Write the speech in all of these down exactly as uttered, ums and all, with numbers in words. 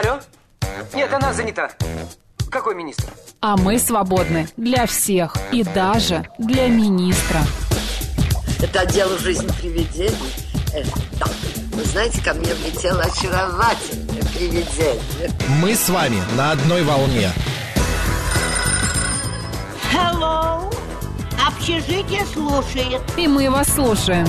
Алло? Нет, она занята. Какой министр? А мы свободны для всех и даже для министра. Это отдел «Жизнь привидений». Э, да. Вы знаете, ко мне влетело очаровательное привидение. Мы с вами на одной волне. Hello. Общежитие слушает. И мы вас слушаем.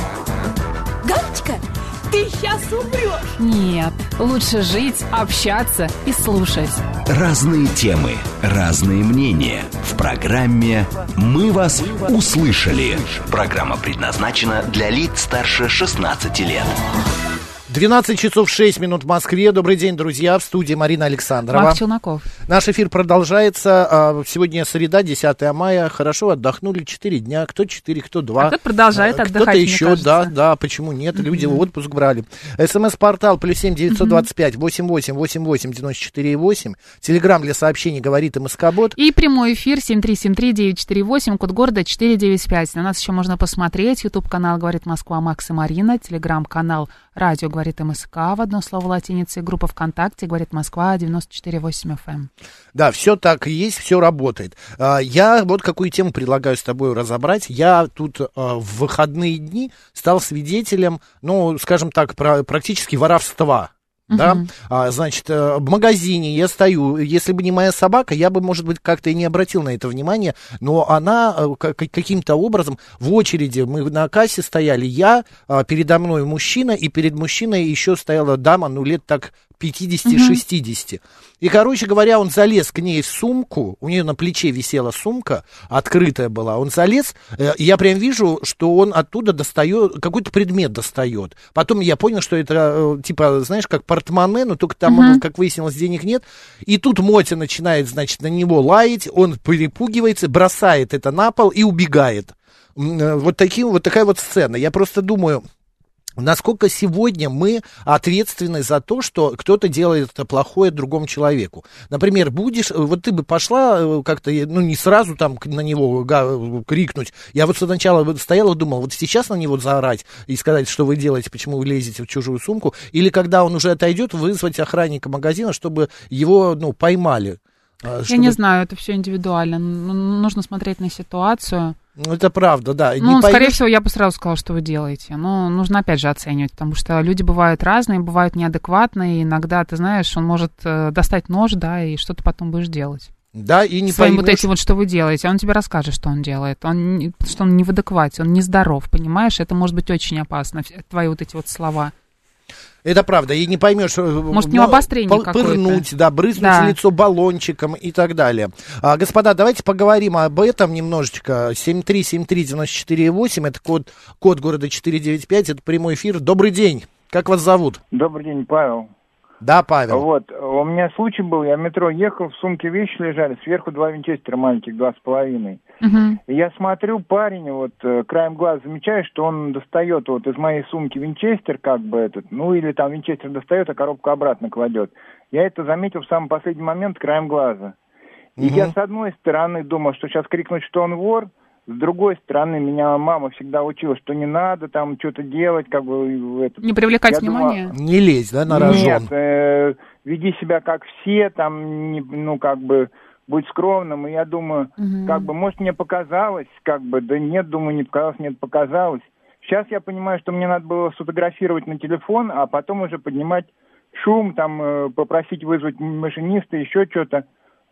Галочка, ты сейчас умрешь. Нет, лучше жить, общаться и слушать. Разные темы, разные мнения. В программе «Мы вас услышали». Программа предназначена для лиц старше шестнадцати лет. двенадцать часов шесть минут в Москве. Добрый день, друзья. В студии Марина Александрова. Марк Челноков. Наш эфир продолжается. Сегодня среда, десятое мая. Хорошо отдохнули четыре дня. Кто четыре, кто два. А кто продолжает отдыхать, кто-то еще, мне кажется. да, да, почему нет? Люди в отпуск брали. СМС-портал плюс семь девятьсот двадцать пять восемьдесят восемь восемьдесят восемь девяносто четыре восемь. Телеграм для сообщений говорит МСК-бот. И прямой эфир семь три семь три девять четыре восемь, код города четыреста девяносто пять. На нас еще можно посмотреть. Ютуб-канал «Говорит Москва» Макс и Марина. Телеграм-канал «Радио говорит МСК» в одно слово латиницей. Группа ВКонтакте «Говорит Москва» девяносто четыре восемь эф эм. Да, все так и есть, все работает. Я вот какую тему предлагаю с тобой разобрать. Я тут в выходные дни стал свидетелем, ну, скажем так, практически воровства. Да, uh-huh. а, значит, в магазине я стою, если бы не моя собака, я бы, может быть, как-то и не обратил на это внимание, но она каким-то образом в очереди, мы на кассе стояли, я, передо мной мужчина, и перед мужчиной еще стояла дама, ну, лет так пятьдесят-шестьдесят. Uh-huh. И, короче говоря, он залез к ней в сумку, у нее на плече висела сумка, открытая была, он залез, и я прям вижу, что он оттуда достает, какой-то предмет достает. Потом я понял, что это, типа, знаешь, как портмоне, но только там, uh-huh. как выяснилось, денег нет. И тут Мотя начинает, значит, на него лаять, он перепугивается, бросает это на пол и убегает. Вот, таким, вот такая вот сцена. Я просто думаю... Насколько сегодня мы ответственны за то, что кто-то делает плохое другому человеку. Например, будешь, вот ты бы пошла как-то, ну, не сразу там на него га, крикнуть. Я вот сначала стояла и думала, вот сейчас на него заорать и сказать, что вы делаете, почему вы лезете в чужую сумку. Или когда он уже отойдет, вызвать охранника магазина, чтобы его, ну, поймали. Я чтобы... не знаю, это все индивидуально. Нужно смотреть на ситуацию. Ну, это правда, да. Ну, не скорее поймешь... всего, я бы сразу сказала, что вы делаете. Но нужно, опять же, оценивать, потому что люди бывают разные, бывают неадекватные. И иногда, ты знаешь, он может э, достать нож, да, и что ты потом будешь делать. Да, и не Своим поймешь... вот этим вот, что вы делаете. Он тебе расскажет, что он делает. Он, что он не в адеквате, он нездоров, понимаешь? Это может быть очень опасно, твои вот эти вот слова. Это правда, и не поймешь, может, у него обострение по- какое-то. Пырнуть, да, брызнуть да. в лицо баллончиком и так далее. А, господа, давайте поговорим об этом немножечко. семь три семь три девяносто четыре восемь, это код, код города четыреста девяносто пять, это прямой эфир. Добрый день, как вас зовут? Добрый день, Павел. Да, Павел. Вот, у меня случай был, я в метро ехал, в сумке вещи лежали, сверху два винчестера маленьких, два с половиной. Uh-huh. И я смотрю, парень, вот, краем глаза замечаю, что он достает вот из моей сумки винчестер, как бы этот, ну, или там винчестер достает, а коробку обратно кладет. Я это заметил в самый последний момент краем глаза. И uh-huh. я, с одной стороны, думал, что сейчас крикнуть, что он вор, с другой стороны, меня мама всегда учила, что не надо там что-то делать, как бы... Этот. Не привлекать я внимание. Думала, не лезь, да, на рожон. Нет, э, веди себя как все, там, не, ну, как бы, будь скромным. И я думаю, угу. как бы, может, мне показалось, как бы, да нет, думаю, не показалось, нет, показалось. Сейчас я понимаю, что мне надо было сфотографировать на телефон, а потом уже поднимать шум, там, э, попросить вызвать машиниста, еще что-то.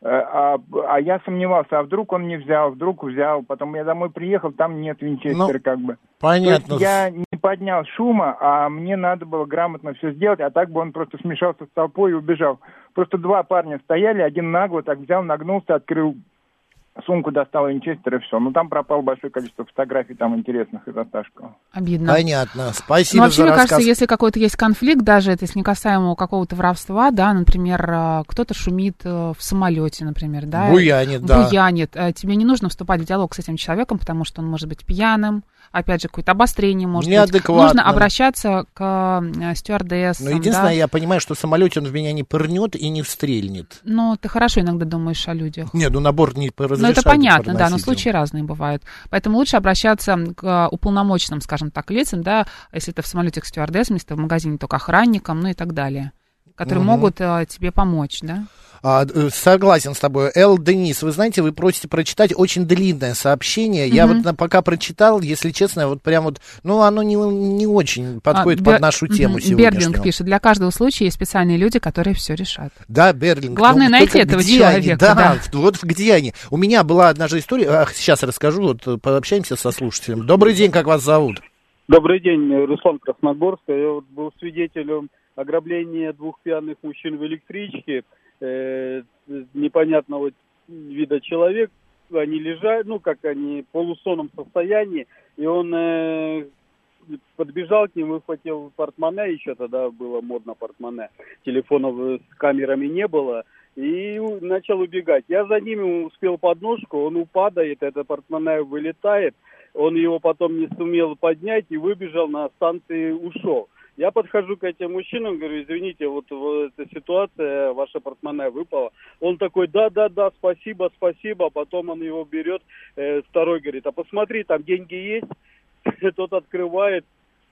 А, а я сомневался, а вдруг он не взял, вдруг взял, потом я домой приехал, там нет винчестера, ну, как бы. Понятно. То есть я не поднял шума, а мне надо было грамотно все сделать, а так бы он просто смешался с толпой и убежал. Просто два парня стояли, один нагло так взял, нагнулся, открыл сумку, достал винчестер и все. Ну, там пропало большое количество фотографий там интересных из Осташкова. Обидно. Понятно. Спасибо ну, вообще, за мне рассказ. кажется, если какой-то есть конфликт, даже это если не касаемо какого-то воровства, да, например, кто-то шумит в самолете, например, да. Буянит, да. Буянит. Тебе не нужно вступать в диалог с этим человеком, потому что он может быть пьяным, опять же, какое-то обострение может быть. Нужно обращаться к стюардессам. Ну, единственное, да? я понимаю, что в самолете он в меня не пырнет и не встрельнет. Ну, ты хорошо иногда думаешь о людях. Нет, ну, набор не разрешает. Ну, это понятно, да, но случаи разные бывают. Поэтому лучше обращаться к уполномоченным, скажем так, лицам, да, если это в самолете к стюардессам, если это в магазине, то к охранникам, ну и так далее. которые Угу. могут э, тебе помочь, да? А, согласен с тобой. Эл Денис, вы знаете, вы просите прочитать очень длинное сообщение. Mm-hmm. Я вот на, пока прочитал, если честно, вот прям вот, ну, оно не, не очень подходит а, под Бер... нашу тему mm-hmm. сегодняшнюю. Берлинг пишет, для каждого случая есть специальные люди, которые все решат. Да, Берлинг. Главное, ну, найти этого человека. Они? Да, да, вот где они. У меня была одна же история, ах, сейчас расскажу, вот пообщаемся со слушателем. Добрый день, как вас зовут? Добрый день, Руслан Красногорск. Я вот был свидетелем ограбления двух пьяных мужчин в электричке. Э, непонятного вида человек, они лежали, ну, как они, в полусонном состоянии, и он э, подбежал к ним, выхватил портмоне, еще тогда было модно портмоне, телефонов с камерами не было, и начал убегать. Я за ним успел подножку, он упадает, это портмоне вылетает, он его потом не сумел поднять и выбежал на станции, ушел. Я подхожу к этим мужчинам, говорю, извините, вот, вот эта ситуация, ваше портмоне выпало. Он такой, да-да-да, спасибо, спасибо. А потом он его берет, э, второй говорит, а посмотри, там деньги есть. Тот открывает,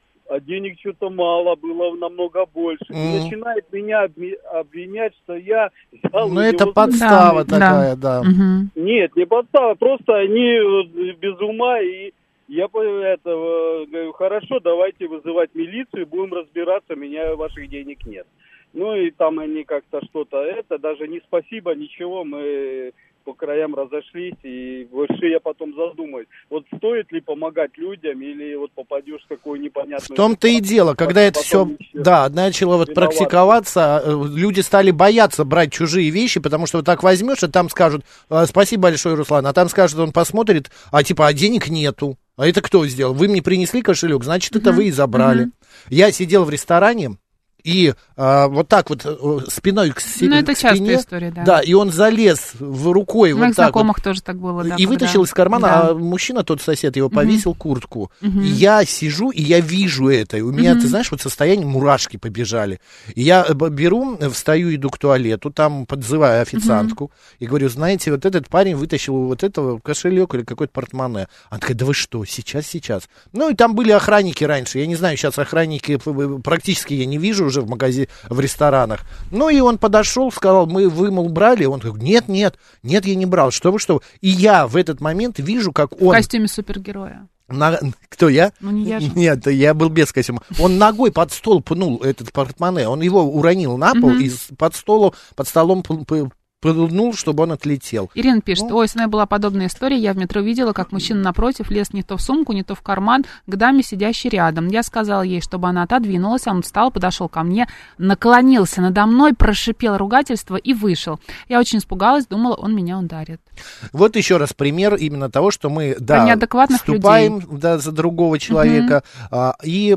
а денег что-то мало, было намного больше. Mm. И начинает меня обвинять, что я взял... Ну, это подстава да, такая, да. да. Угу. Нет, не подстава, просто они без ума и... Я этого говорю, хорошо, давайте вызывать милицию, будем разбираться, у меня ваших денег нет. Ну и там они как-то что-то, это, даже не спасибо, ничего, мы по краям разошлись, и больше я потом задумаюсь, вот стоит ли помогать людям, или вот попадешь в какую непонятную... В том-то и дело, когда это все, да, начало вот практиковаться, люди стали бояться брать чужие вещи, потому что вот так возьмешь, и там скажут, спасибо большое, Руслан, а там скажут, он посмотрит, а типа, а денег нету. А это кто сделал? Вы мне принесли кошелек, значит, это uh-huh. вы и забрали. Uh-huh. Я сидел в ресторане, и а, вот так вот спиной к, с... ну, это к спине. Частая история, да. Да, и он залез в рукой у вот моих так знакомых вот, тоже так было, да. и когда... вытащил из кармана, да. а мужчина, тот сосед, его повесил uh-huh. куртку. Uh-huh. И я сижу, и я вижу это. И у меня, uh-huh. ты знаешь, вот состояние мурашки побежали. И я беру, встаю, иду к туалету, там подзываю официантку, uh-huh. и говорю, знаете, вот этот парень вытащил вот этого кошелек или какой-то портмоне. Она такая, да вы что, сейчас, сейчас. Ну, и там были охранники раньше. Я не знаю, сейчас охранники практически я не вижу уже в магазине, в ресторанах. Ну, и он подошел, сказал, мы, вы, мол, брали? Он говорит, нет, нет, нет, я не брал. Что вы, что вы? И я в этот момент вижу, как он... В костюме супергероя. На... Кто, я? Ну, не я же. Нет, я был без костюма. Он ногой под стол пнул этот портмоне. Он его уронил на пол и под столом, под столом поднул, чтобы он отлетел. Ирина пишет, ну. ой, с мной была подобная история, я в метро видела, как мужчина напротив лез не то в сумку, не то в карман к даме, сидящей рядом. Я сказала ей, чтобы она отодвинулась, он встал, подошел ко мне, наклонился надо мной, прошипел ругательство и вышел. Я очень испугалась, думала, он меня ударит. Вот еще раз пример именно того, что мы, да, вступаем да, за другого человека, угу. а, и...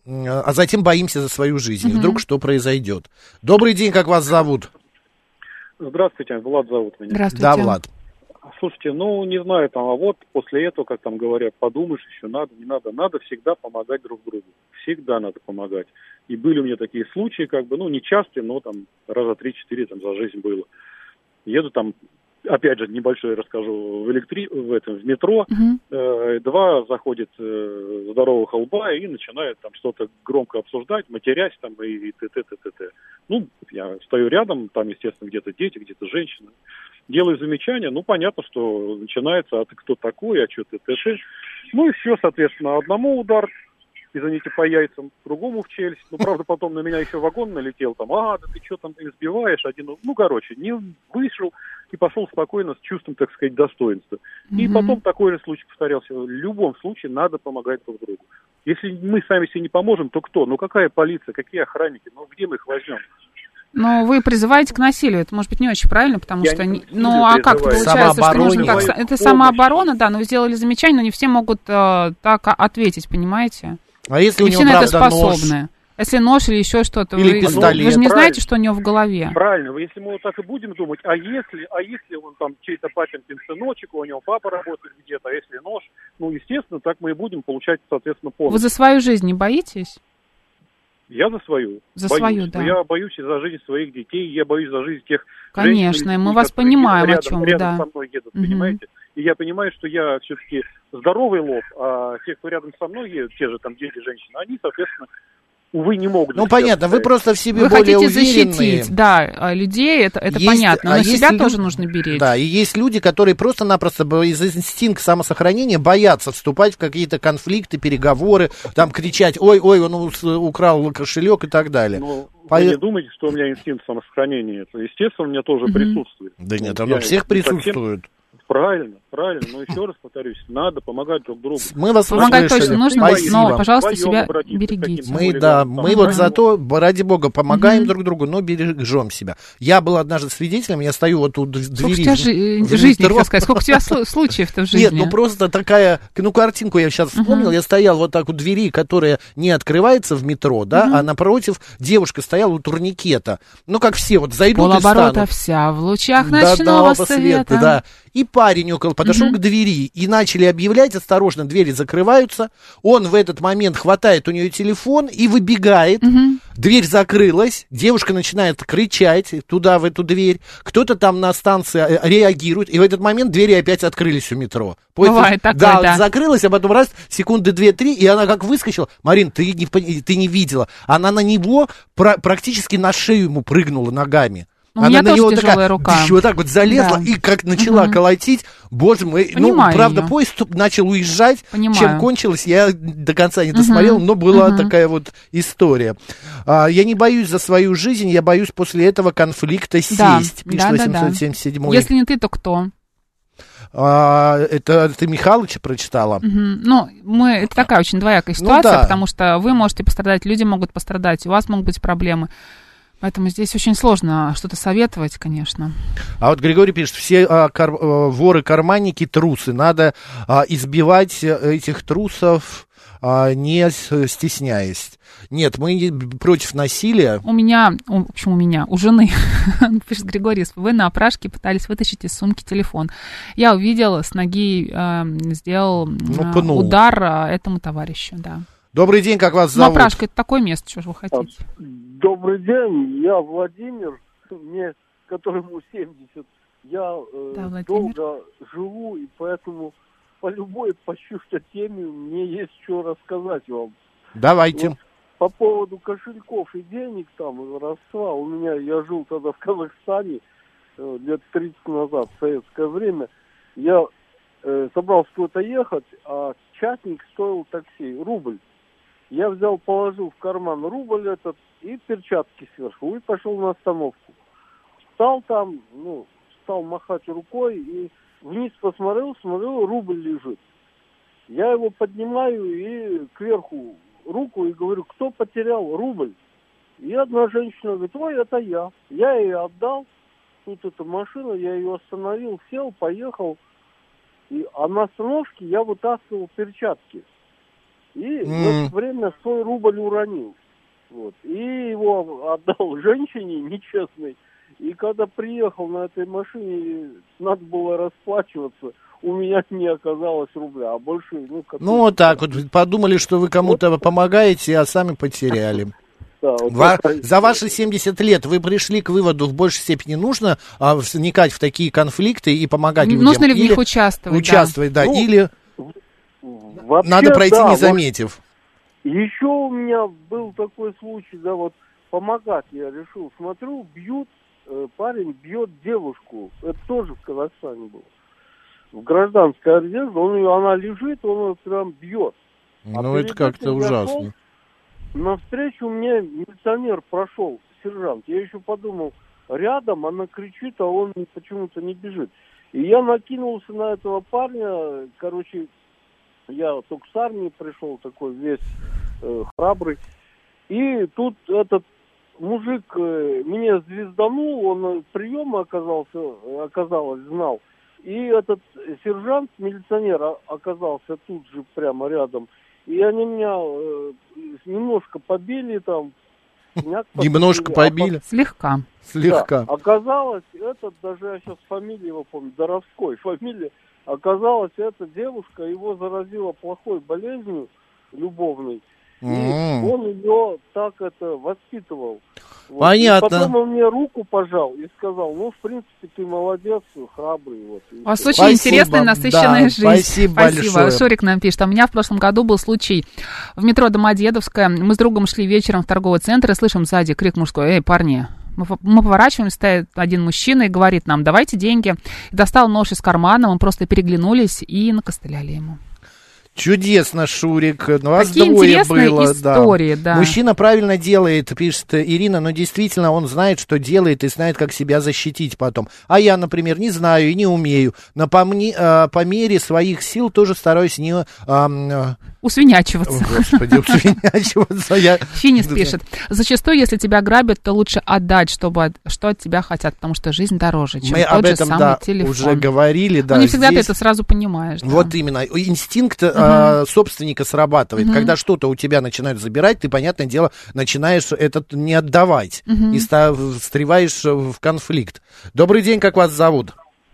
а затем боимся за свою жизнь. Угу. Вдруг что произойдет. Добрый день, как вас зовут? Здравствуйте, Влад зовут меня. Здравствуйте. Да, Влад. Слушайте, ну, не знаю, там, а вот после этого, как там говорят, подумаешь еще, надо, не надо, надо всегда помогать друг другу. Всегда надо помогать. И были у меня такие случаи, как бы, ну, не часто, но там раза три-четыре там за жизнь было. Еду там, опять же, небольшое расскажу, в электри... в этом, в метро, uh-huh. э, два заходит э, здоровых лба и начинают там что-то громко обсуждать, матерясь там и т.т. т.т. Ну, я стою рядом, там, естественно, где-то дети, где-то женщины. Делаю замечания, ну, понятно, что начинается, а ты кто такой, а что ты, т.т. Ну, и все, соответственно, одному удар, извините, по яйцам, другому в челюсть. Ну, правда, потом на меня еще вагон налетел, там, а, да ты что там избиваешь один, ну, короче, не вышел и пошел спокойно с чувством, так сказать, достоинства. Mm-hmm. И потом такой же случай повторялся. В любом случае надо помогать друг другу. Если мы сами себе не поможем, то кто? Ну, какая полиция, какие охранники? Ну, где мы их возьмем? Но вы призываете к насилию, это может быть не очень правильно, потому я что... Не ну, а как получается, что нужно так... Это самооборона, да, но вы сделали замечание, но не все могут э, так ответить, понимаете? А если не у него, все правда, на это способны. Нож? Если нож или еще что-то, или вы, пистолет. Вы же не Правильно. знаете, что у него в голове. Правильно, если мы вот так и будем думать, а если, а если он там чей-то папенькин сыночек, у него папа работает где-то, а если нож, ну, естественно, так мы и будем получать, соответственно, помощь. Вы за свою жизнь не боитесь? Я за свою. За боюсь. свою, да. Но я боюсь за жизнь своих детей, я боюсь за жизнь тех Конечно, женщин, мы вас понимаем, рядом, о чем вы, рядом да. со мной едут, угу. понимаете? И я понимаю, что я все-таки здоровый лоб, а те, кто рядом со мной едут, те же там дети, женщины, они, соответственно, увы, не могут. Ну, понятно, вы просто в себе вы более хотите уверенные. защитить, да, людей, это, это Есть, понятно, но а себя лю... тоже нужно беречь. Да, и есть люди, которые просто-напросто из инстинкта самосохранения боятся вступать в какие-то конфликты, переговоры, там кричать, ой-ой, он украл кошелек и так далее. Ну, По... вы не думаете, что у меня инстинкт самосохранения? Это, естественно, у меня тоже mm-hmm. присутствует. Да нет, ну, оно у всех присутствует. Совсем... Правильно, правильно, но еще раз повторюсь, надо помогать друг другу. Мы вас Помогать услышали. точно нужно, Спасибо. но, пожалуйста, себя берегите. Мы, да, мы вот зато, ради бога, помогаем mm-hmm. друг другу, но бережем себя. Я был однажды свидетелем, я стою вот у двери. Сколько у тебя жи- жизни, хотел сказать, сколько у тебя случаев-то в жизни? Нет, ну просто такая, ну картинку я сейчас вспомнил, mm-hmm. я стоял вот так у двери, которая не открывается в метро, да, mm-hmm. а напротив девушка стояла у турникета. Ну, как все, вот зайдут и станут. Полоборота вся в лучах ночного да, света. Да. И парень около подошел mm-hmm. к двери, и начали объявлять, осторожно, двери закрываются. Он в этот момент хватает у нее телефон и выбегает. Mm-hmm. Дверь закрылась, девушка начинает кричать туда, в эту дверь. Кто-то там на станции реагирует, и в этот момент двери опять открылись у метро. Бывает такое, да, да. закрылась, а потом раз, секунды две-три, и она как выскочила. Марин, ты не, ты не видела. Она на него про- практически на шею ему прыгнула ногами. У Она меня на тоже него тяжелая такая, рука. вот так вот залезла, да. И как начала угу. колотить. Боже мой, Понимаю ну, правда, ее. Поезд начал уезжать. Понимаю. Чем кончилось, я до конца не досмотрел, угу. но была угу. такая вот история. А, я не боюсь за свою жизнь, я боюсь после этого конфликта сесть, да. пишет да, восемьсот семьдесят седьмой. Если не ты, то кто? А, это ты Михалыча прочитала? Угу. Ну, мы, это такая очень двоякая ситуация, ну, да. потому что вы можете пострадать, люди могут пострадать, у вас могут быть проблемы. Поэтому здесь очень сложно что-то советовать, конечно. А вот Григорий пишет, все а, кар, а, воры-карманники трусы. Надо а, избивать этих трусов, а, не стесняясь. Нет, мы против насилия. У меня, у, в общем, у меня, у жены, пишет Григорий, вы на опрашке пытались вытащить из сумки телефон. Я увидела, с ноги э, сделал ну, э, удар э, этому товарищу, да. Добрый день, как вас зовут? Ну, опрашка, это такое место, что же вы хотите? Добрый день, я Владимир, мне, которому семьдесят. Я э, да, долго живу, и поэтому по любой, по чьей-то теме мне есть что рассказать вам. Давайте. Вот, по поводу кошельков и денег, там, воровства, у меня, я жил тогда в Казахстане, э, лет тридцать назад, в советское время, я э, собрался куда-то ехать, а частник стоил такси, рубль. Я взял, положил в карман рубль этот и перчатки сверху, и пошел на остановку. Стал там, ну, стал махать рукой, и вниз посмотрел, смотрел, рубль лежит. Я его поднимаю и кверху руку и говорю, кто потерял рубль? И одна женщина говорит, ой, это я. Я ее отдал, тут эта машина, я ее остановил, сел, поехал. И, а на остановке я вытаскивал перчатки. И mm. в это время свой рубль уронил. Вот. И его отдал женщине нечестной. И когда приехал на этой машине, надо было расплачиваться, у меня не оказалось рубля, а больше... Ну, ну вот так вот, подумали, что вы кому-то вот. помогаете, а сами потеряли. Да, вот Ва- за ваши семьдесят лет вы пришли к выводу, в большей степени нужно а, вникать в такие конфликты и помогать людям? Нужно ли в них участвовать? Участвовать, да, да. Ну, или... Вообще, надо пройти, да, не заметив. Вот еще у меня был такой случай, да, вот помогать я решил. Смотрю, бьют, э, парень бьет девушку. Это тоже в Казахстане было. В гражданской одежде, он ее, она лежит, он ее прям бьет. А ну, это как-то ужасно. Навстречу мне милиционер прошел, сержант. Я еще подумал, рядом она кричит, а он почему-то не бежит. И я накинулся на этого парня, короче... Я только с армии пришел, такой весь э, храбрый. И тут этот мужик э, меня звезданул, он приема оказался, оказалось, знал. И этот сержант, милиционер, оказался тут же прямо рядом. И они меня э, немножко побили там. Немножко побили? Слегка. Слегка. Да, оказалось, этот, даже я сейчас фамилию его помню, Доровской, фамилия. Оказалось, эта девушка его заразила плохой болезнью любовной. И он ее так это воспитывал. Вот. Понятно. И потом он мне руку пожал и сказал, ну, в принципе, ты молодец, храбрый. Вот. У вас очень спасибо, интересная, насыщенная да, жизнь. Спасибо, спасибо большое. Шурик нам пишет. А у меня в прошлом году был случай в метро Домодедовская. Мы с другом шли вечером в торговый центр и слышим сзади крик мужской: «Эй, парни!» Мы, мы поворачиваем, стоит один мужчина и говорит нам: давайте деньги. И достал нож из кармана, мы просто переглянулись и накостыляли ему. Чудесно, Шурик. У вас Такие двое интересные было. истории, да. да. Мужчина правильно делает, пишет Ирина, но действительно он знает, что делает, и знает, как себя защитить потом. А я, например, не знаю и не умею. Но по, мне, э, по мере своих сил тоже стараюсь не... Э, Усвинячиваться. Господи, усвинячиваться. Я... Финис пишет: зачастую, если тебя грабят, то лучше отдать, чтобы, что от тебя хотят, потому что жизнь дороже, чем Мы тот об же этом, самый да, телефон. уже говорили. Да, но не всегда здесь... ты это сразу понимаешь. Да. Вот именно. Инстинкт угу. э, собственника срабатывает. Угу. Когда что-то у тебя начинают забирать, ты, понятное дело, начинаешь это не отдавать. Угу. И ста- встреваешь в конфликт. Добрый день, как вас зовут?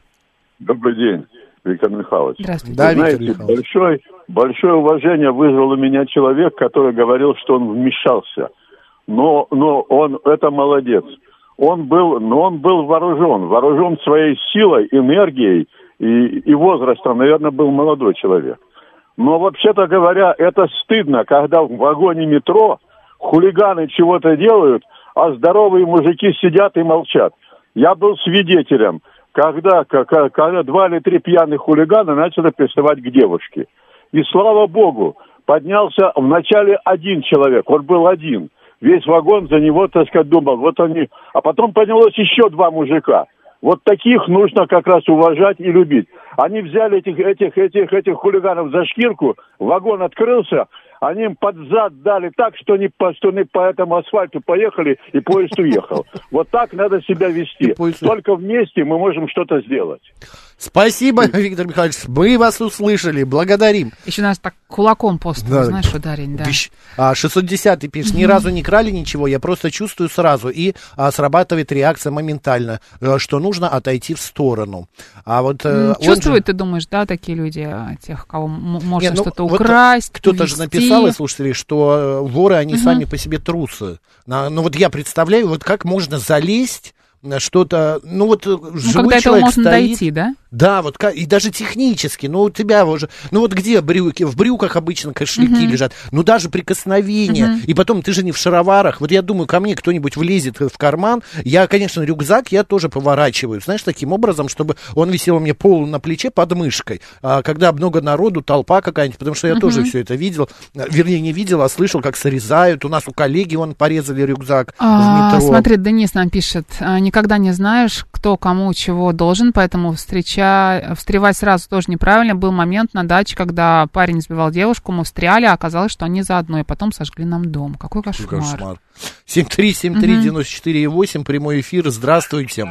Добрый день, Виктор Михайлович. Здравствуйте. Да, Вы знаете, Виктор Михайлович. большой, большое уважение вызвал у меня человек, который говорил, что он вмешался. Но, но он, это молодец. Он был, но он был вооружен, вооружен своей силой, энергией и, и возрастом, наверное, был молодой человек. Но вообще-то говоря, это стыдно, когда в вагоне метро хулиганы чего-то делают, а здоровые мужики сидят и молчат. Я был свидетелем, когда, когда, когда два или три пьяных хулигана начали приставать к девушке. И слава богу, поднялся вначале один человек, он был один. Весь вагон за него, так сказать, думал, вот они... А потом поднялось еще два мужика. Вот таких нужно как раз уважать и любить. Они взяли этих, этих, этих, этих хулиганов за шкирку, вагон открылся, они им под зад дали так, что они по, что они по этому асфальту поехали, и поезд уехал. Вот так надо себя вести. Только вместе мы можем что-то сделать. Спасибо, Виктор Михайлович, мы вас услышали, благодарим. Еще нас так кулаком посту, да. Знаешь, ударить, да. А, шестьсот десятый пишет: ни разу не крали ничего, я просто чувствую сразу, и а, срабатывает реакция моментально, что нужно отойти в сторону. А вот, э, чувствуют, же... ты думаешь, да, такие люди, тех, кого можно Нет, ну, что-то вот украсть, кто-то увести. же написал, и слушатели, что воры, они угу. сами по себе трусы. Ну вот я представляю, вот как можно залезть что-то, ну вот ну, живой когда человек этого можно стоит, дойти, да? Да, вот и даже технически, ну у тебя уже, ну вот где брюки, в брюках обычно кошельки uh-huh. лежат, ну даже прикосновение, uh-huh. и потом ты же не в шароварах, вот я думаю, ко мне кто-нибудь влезет в карман, я, конечно, рюкзак я тоже поворачиваю, знаешь, таким образом, чтобы он висел у меня полу на плече под мышкой, а, когда много народу, толпа какая-нибудь, потому что я uh-huh. тоже все это видел, вернее не видел, а слышал, как срезают, у нас у коллеги вон порезали рюкзак а, в метро. Смотри, Денис нам пишет: никогда не знаешь, кто кому чего должен, поэтому встреча встревать сразу тоже неправильно. Был момент на даче, когда парень сбивал девушку, мы встряли, а оказалось, что они заодно, и потом сожгли нам дом. Какой кошмар. кошмар. семь три семь три девяносто четыре восемь, прямой эфир, здравствуйте.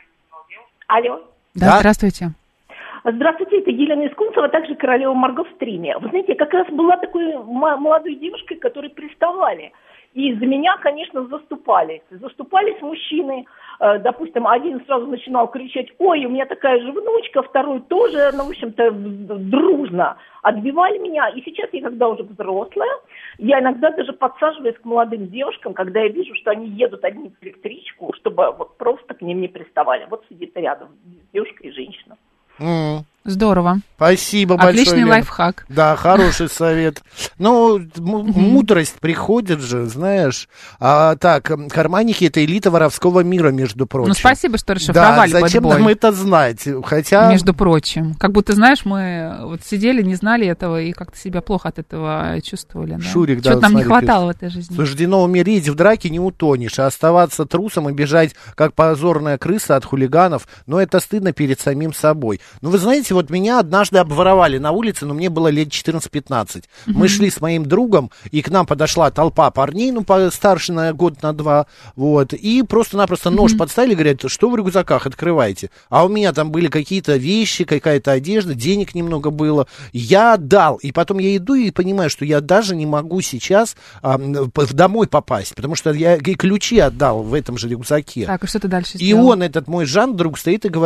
Алло. Да, да, здравствуйте. Здравствуйте, это Елена Искунцева, также Королева Марго в стриме. Вы знаете, я как раз была такой молодой девушкой, которой приставали. И за меня, конечно, заступались. Заступались мужчины. Допустим, один сразу начинал кричать: ой, у меня такая же внучка, второй тоже, ну, в общем-то, дружно отбивали меня. И сейчас я, когда уже взрослая, я иногда даже подсаживаюсь к молодым девушкам, когда я вижу, что они едут одни в электричку, чтобы вот просто к ним не приставали. Вот сидит рядом девушка и женщина. Mm. Здорово. Спасибо большое. Отличный Лена. лайфхак. Да, хороший совет. Ну, м- мудрость приходит же, знаешь. А, так, карманники — это элита воровского мира, между прочим. Ну, спасибо, что расшифровали. Да, зачем нам это знать? Хотя... Между прочим. Как будто, знаешь, мы вот сидели, не знали этого и как-то себя плохо от этого чувствовали. Да? Шурик, да, Что-то нам смотри, не хватало пишет. в этой жизни. Суждено умереть в драке, не утонешь, а оставаться трусом и бежать, как позорная крыса от хулиганов, но это стыдно перед самим собой. Ну, вы знаете, вот меня однажды обворовали на улице, но мне было лет четырнадцать-пятнадцать. Mm-hmm. Мы шли с моим другом, и к нам подошла толпа парней, ну, старше на год, на два, вот, и просто-напросто нож mm-hmm. подставили, говорят: что в рюкзаках, открывайте. А у меня там были какие-то вещи, какая-то одежда, денег немного было. Я отдал, и потом я иду и понимаю, что я даже не могу сейчас а, домой попасть, потому что я и ключи отдал в этом же рюкзаке. Так, и что ты дальше И сделал? он, этот мой Жан, друг, стоит и говорит: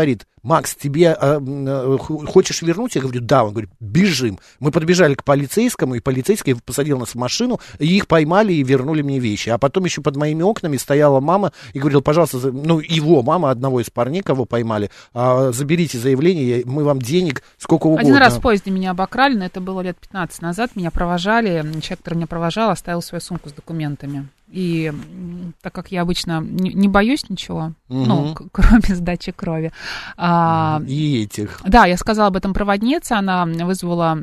Макс, тебе э, э, хочешь вернуть? Я говорю, да. Он говорит, бежим. Мы подбежали к полицейскому, и полицейский посадил нас в машину, и их поймали и вернули мне вещи. А потом еще под моими окнами стояла мама и говорила, пожалуйста, за... ну, его мама, одного из парней, кого поймали, э, заберите заявление, мы вам денег сколько угодно. Один раз в поезде меня обокрали, но это было лет пятнадцать назад. Меня провожали, человек, который меня провожал, оставил свою сумку с документами. И так как я обычно не, не боюсь ничего, угу. ну, к- кроме сдачи крови. А, и этих. Да, я сказала об этом проводнице, она вызвала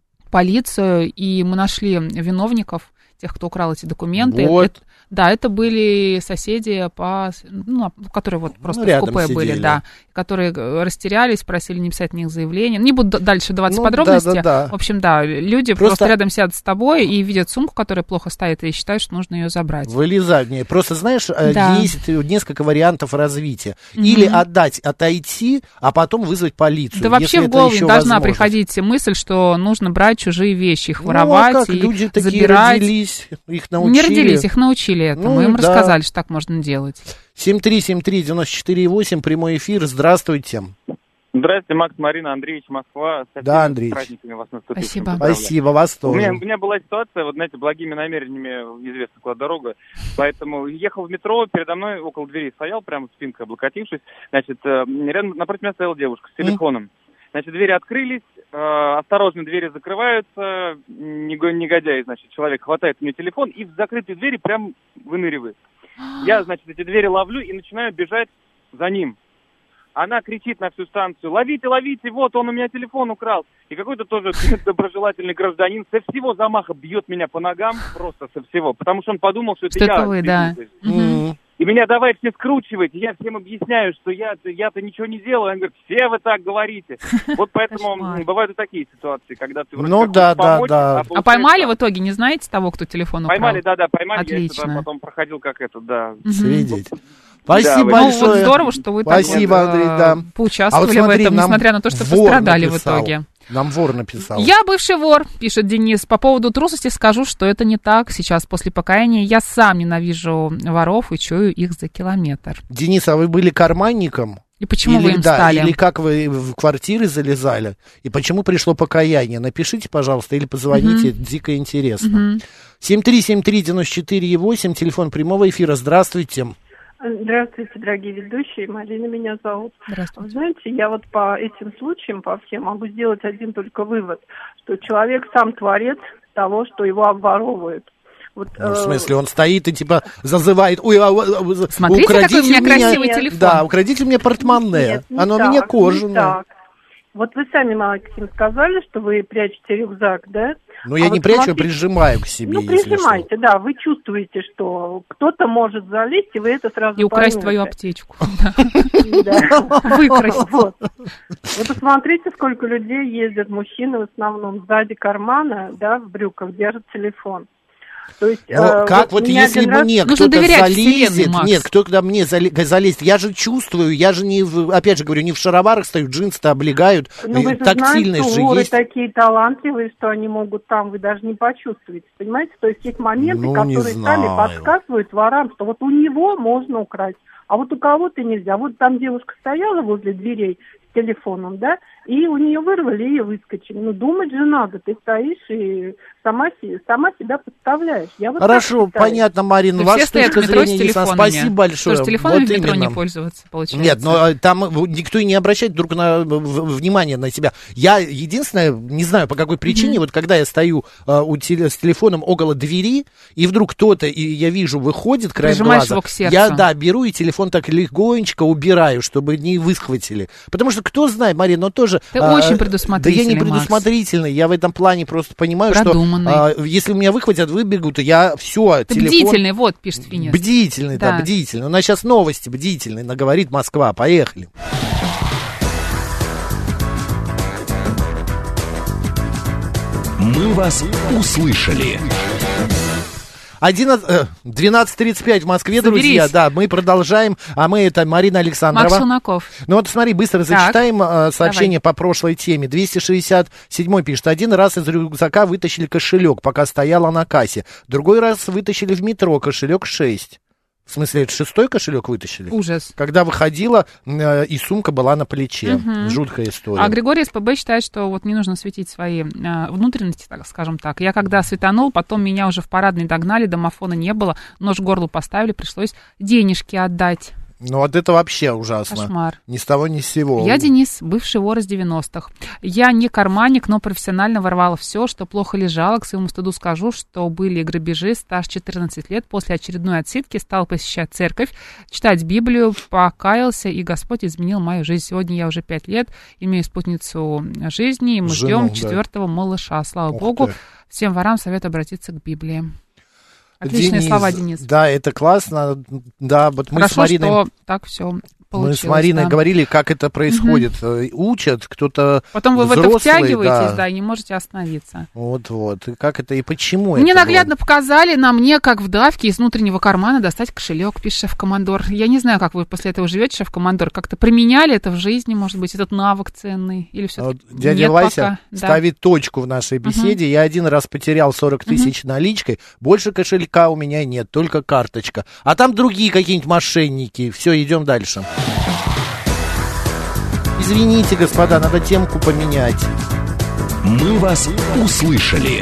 полицию, и мы нашли виновников, тех, кто украл эти документы. Вот. Это, да, это были соседи, по, ну, которые вот просто ну, в купе сидели. были, да, которые растерялись, просили не писать на них заявление. Не буду дальше даваться ну, подробности. Да, да, да. В общем, да, люди просто... просто рядом сидят с тобой и видят сумку, которая плохо стоит, и считают, что нужно ее забрать. Вылезать в ней. Просто, знаешь, да. есть несколько вариантов развития. Mm-hmm. Или отдать, отойти, а потом вызвать полицию. Да вообще в голову не должна приходить мысль, что нужно брать чужие вещи, их воровать ну, а как? И люди такие забирать. Родились, их научили. Не родились, их научили этому. Ну, им да. рассказали, что так можно делать. семь три семь три девять четыре восемь, прямой эфир. Здравствуйте. Здравствуйте, Макс, Марина, Андреевич, Москва. Со да, Андрей. С праздниками вас наступившим. Спасибо. Спасибо, вас тоже. У меня, у меня была ситуация, вот знаете, благими намерениями известна куда дорога, поэтому ехал в метро, передо мной около двери стоял, прямо спинкой облокотившись, значит, рядом напротив меня стояла девушка с телефоном. Mm. Значит, двери открылись, э, осторожно, двери закрываются, негодяй, значит, человек хватает мне телефон и в закрытые двери прям выныривает. Я, значит, эти двери ловлю и начинаю бежать за ним. Она кричит на всю станцию: ловите, ловите, вот он у меня телефон украл. И какой-то тоже доброжелательный гражданин со всего замаха бьет меня по ногам, просто со всего, потому что он подумал, что это что я. Это вы, да. Mm-hmm. И меня давай все скручивать, я всем объясняю, что я, я-то ничего не делаю. Он говорит, все вы так говорите. Вот поэтому бывают и такие ситуации, когда ты вроде ну, да, помочь, да, да. А, а поймали в итоге, не знаете того, кто телефон украл? Поймали, да-да, поймали. Отлично. Я потом проходил как это, да. Свидеть. Спасибо да, большое. Ну, вот здорово, что вы Спасибо, так вот, Андрей, да. поучаствовали а вот смотри, в этом, несмотря на то, что пострадали написал. В итоге. Нам вор написал. Я бывший вор, пишет Денис. По поводу трусости скажу, что это не так. Сейчас, после покаяния, я сам ненавижу воров и чую их за километр. Денис, а вы были карманником? И почему или, вы им да, стали? Или как вы в квартиры залезали? И почему пришло покаяние? Напишите, пожалуйста, или позвоните, mm-hmm. дико интересно. Mm-hmm. семь три семь три девять четыре восемь, телефон прямого эфира. Здравствуйте. Здравствуйте, дорогие ведущие. Марина меня зовут. Здравствуйте. Вы знаете, я вот по этим случаям, по всем, могу сделать один только вывод, что человек сам творец того, что его обворовывают. Вот, ну, в смысле, он стоит и типа зазывает. Ой, а, а, смотрите, какой у меня красивый нет, телефон. Да, украдите у меня портмоне. Нет, не Оно так, у меня кожаное. Вот вы сами, Максим, сказали, что вы прячете рюкзак, да? Ну, я а не вот прячу, смотрите, я прижимаю к себе. Ну, прижимайте, да. Вы чувствуете, что кто-то может залезть, и вы это сразу и украсть поймете. твою аптечку. Выкрасть. Вы посмотрите, сколько людей ездят, мужчины в основном, сзади кармана, да, в брюках держат телефон. То есть, ну, э, как вот, вот если раз... мне кто-то залезет, нет, кто-то мне залезет, я же чувствую, я же не, опять же говорю, не в шароварах стою, джинсы-то облегают, ну, вы же тактильность знаете, же воры есть. Такие талантливые, что они могут там, вы даже не почувствуете, понимаете? То есть есть моменты, ну, которые сами подсказывают ворам, что вот у него можно украсть, а вот у кого-то нельзя. Вот там девушка стояла возле дверей с телефоном, да, и у нее вырвали и выскочили. Ну, думать же надо, ты стоишь и сама, сама себя подставляешь. Я вот хорошо, понятно, Марина, ваша точка зрения ясна. Спасибо большое. Что, с телефоном вот в метро не пользоваться, получается? Нет, но там никто и не обращает вдруг на, внимание на тебя. Я единственное, не знаю по какой причине, mm-hmm. вот когда я стою uh, у теле, с телефоном около двери, и вдруг кто-то, и я вижу, выходит краем глаза, его к сердцу. Я, да, беру и телефон так легонечко убираю, чтобы не выхватили. Потому что кто знает, Марина, но тоже... Ты а, очень предусмотрительный, да я не предусмотрительный, Макс. Я в этом плане просто понимаю, продуманный. Что а, если меня выхватят, выбегут, я все, ты телефон... бдительный, вот, пишет Финис. Бдительный, да, да бдительный. У нас сейчас новости бдительные, наговорит Москва, поехали. Мы вас услышали. двенадцать тридцать пять в Москве, Соберись. Друзья, да, мы продолжаем, а мы это Марина Александрова. Макс Шунаков. Ну вот смотри, быстро так. зачитаем э, сообщение Давай. По прошлой теме. двести шестьдесят седьмой пишет, один раз из рюкзака вытащили кошелек, пока стояла на кассе, другой раз вытащили в метро кошелек шесть. В смысле, это шестой кошелек вытащили? Ужас. Когда выходила, э, и сумка была на плече. Угу. Жуткая история. А Григорий из ПБ считает, что вот не нужно светить свои э, внутренности, так скажем так. Я когда светанул, потом меня уже в парадной догнали, домофона не было, нож к горлу поставили, пришлось денежки отдать. Ну, вот это вообще ужасно. Кошмар. Ни с того, ни с сего. Я Денис, бывший вор из девяностых. Я не карманник, но профессионально воровала все, что плохо лежало. К своему стыду скажу, что были грабежи. Стаж четырнадцать лет. После очередной отсидки стал посещать церковь, читать Библию, покаялся, и Господь изменил мою жизнь. Сегодня я уже пять лет, имею спутницу жизни, и мы Жену, ждем да. четвертого малыша. Слава Ух Богу. ты. Всем ворам советую обратиться к Библии. Отличные Денис, слова, Денис. Да, это классно. Да, вот мы Хорошо, с Мариной... что так все получилось. Мы с Мариной да. говорили, как это происходит. Угу. Учат, кто-то Потом вы взрослый, в это втягиваетесь, да. да, и не можете остановиться. Вот-вот. И как это, и почему Мне это наглядно было? показали на мне, как в давке из внутреннего кармана достать кошелек, пишет шеф-командор. Я не знаю, как вы после этого живете, шеф-командор. Как-то применяли это в жизни, может быть, этот навык ценный? Или все-таки Вот дядя нет Вася пока? ставит да. точку в нашей беседе. Угу. Я один раз потерял сорок тысяч угу. наличкой. Больше кошелька у меня нет, только карточка. А там другие какие-нибудь мошенники. Все, идем дальше. Извините, господа, надо темку поменять. Мы вас услышали.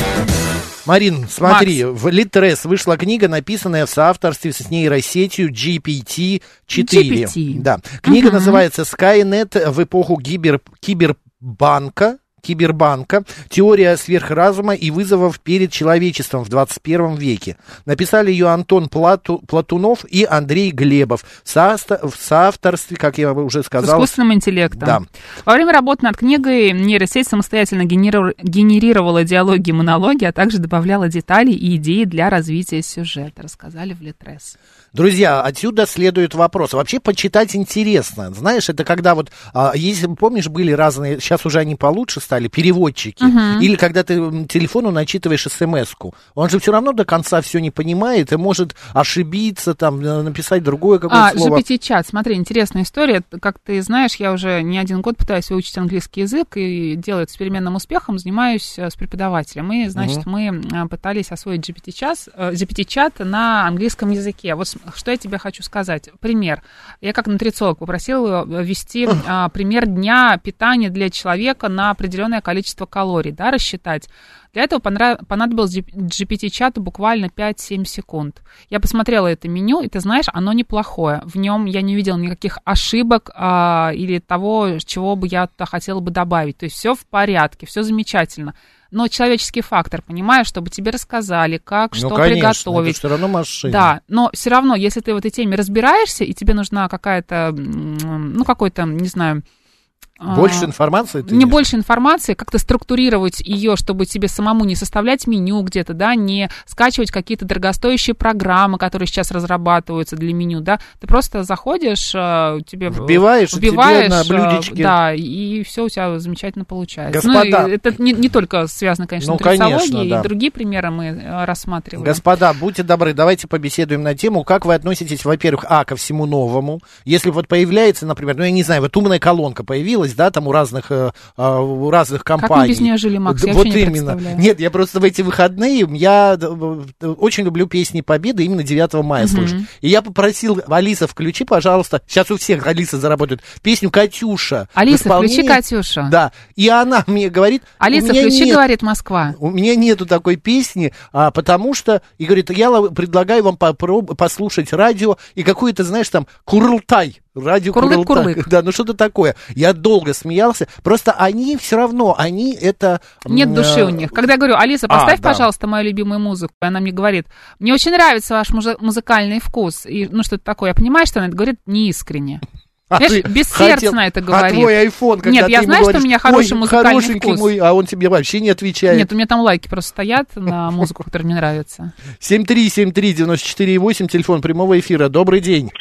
Марин, смотри, Макс. в Литрес вышла книга, написанная в соавторстве с нейросетью джи пи ти четыре. джи пи ти. Да. Книга угу. называется «Skynet в эпоху гибер... кибербанка». Кибербанка. Теория сверхразума и вызовов перед человечеством в двадцать первом веке. Написали ее Антон Плату, Платунов и Андрей Глебов. В, соавто, в соавторстве, как я уже сказал... С искусственным интеллектом. Да. Во время работы над книгой нейросеть самостоятельно генерировала, генерировала диалоги и монологи, а также добавляла детали и идеи для развития сюжета. Рассказали в Литрес. Друзья, отсюда следует вопрос. Вообще почитать интересно. Знаешь, это когда вот, а, если помнишь, были разные, сейчас уже они получше стали, переводчики. Uh-huh. Или когда ты телефону начитываешь смс-ку. Он же все равно до конца все не понимает и может ошибиться, там, написать другое какое-то а, слово. джи пи ти-чат, смотри, интересная история. Как ты знаешь, я уже не один год пытаюсь выучить английский язык и делаю это с переменным успехом, занимаюсь с преподавателем. И, значит, uh-huh. мы пытались освоить джи пи ти-чат, джи пи ти-чат на английском языке. Вот что я тебе хочу сказать. Пример. Я как нутрициолог попросила ввести а, пример дня питания для человека на определенное количество калорий, да, рассчитать. Для этого понадобилось джи пи ти-чату буквально пять-семь секунд. Я посмотрела это меню, и ты знаешь, оно неплохое. В нем я не видела никаких ошибок а, или того, чего бы я хотела бы добавить. То есть все в порядке, все замечательно. Но человеческий фактор, понимаешь, чтобы тебе рассказали, как, ну, что конечно, приготовить. Это все равно машина. Да, но все равно, если ты в этой теме разбираешься, и тебе нужна какая-то, ну, какой-то, не знаю... Больше информации? Ты не больше информации, как-то структурировать ее, чтобы тебе самому не составлять меню где-то, да, не скачивать какие-то дорогостоящие программы, которые сейчас разрабатываются для меню, да. Ты просто заходишь, тебе вбиваешь, вбиваешь тебе на блюдечке. Да, и все у тебя замечательно получается. Господа, ну, это не, не только связано, конечно, ну, с нутрициологией, конечно, да. И другие примеры мы рассматриваем. Господа, будьте добры, давайте побеседуем на тему, как вы относитесь, во-первых, а, ко всему новому. Если вот появляется, например, ну, я не знаю, вот умная колонка появилась, да, там у разных, э, у разных компаний. Как мы без нее жили, Макс? Я вот вообще не именно. представляю. Нет, я просто в эти выходные, я очень люблю песни Победы именно девятого мая uh-huh. слушать. И я попросил, Алиса, включи, пожалуйста, сейчас у всех Алиса заработает, песню «Катюша». Алиса, исполнении... включи «Катюша». Да, и она мне говорит... Алиса, включи, нет... говорит Москва. У меня нету такой песни, а, потому что, и говорит, я предлагаю вам попроб... послушать радио и какой-то, знаешь, там, Курултай. Радио Курлык, Курлык. курлык. Да, ну что-то такое. Я долго смеялся. Просто они все равно, они это... Нет души у них. Когда я говорю, Алиса, поставь, а, да. пожалуйста, мою любимую музыку, и она мне говорит, мне очень нравится ваш муз- музыкальный вкус. И, ну, что-то такое. Я понимаю, что она это говорит неискренне. А Знаешь, бессердно это говорит. А твой айфон, когда Нет, ты я ему знаю, говоришь, что у меня хороший ой, музыкальный вкус. Мой, а он тебе вообще не отвечает. Нет, у меня там лайки просто стоят на музыку, которая мне нравится. семь три семь три девять четыре восемь, телефон прямого эфира. Добрый день.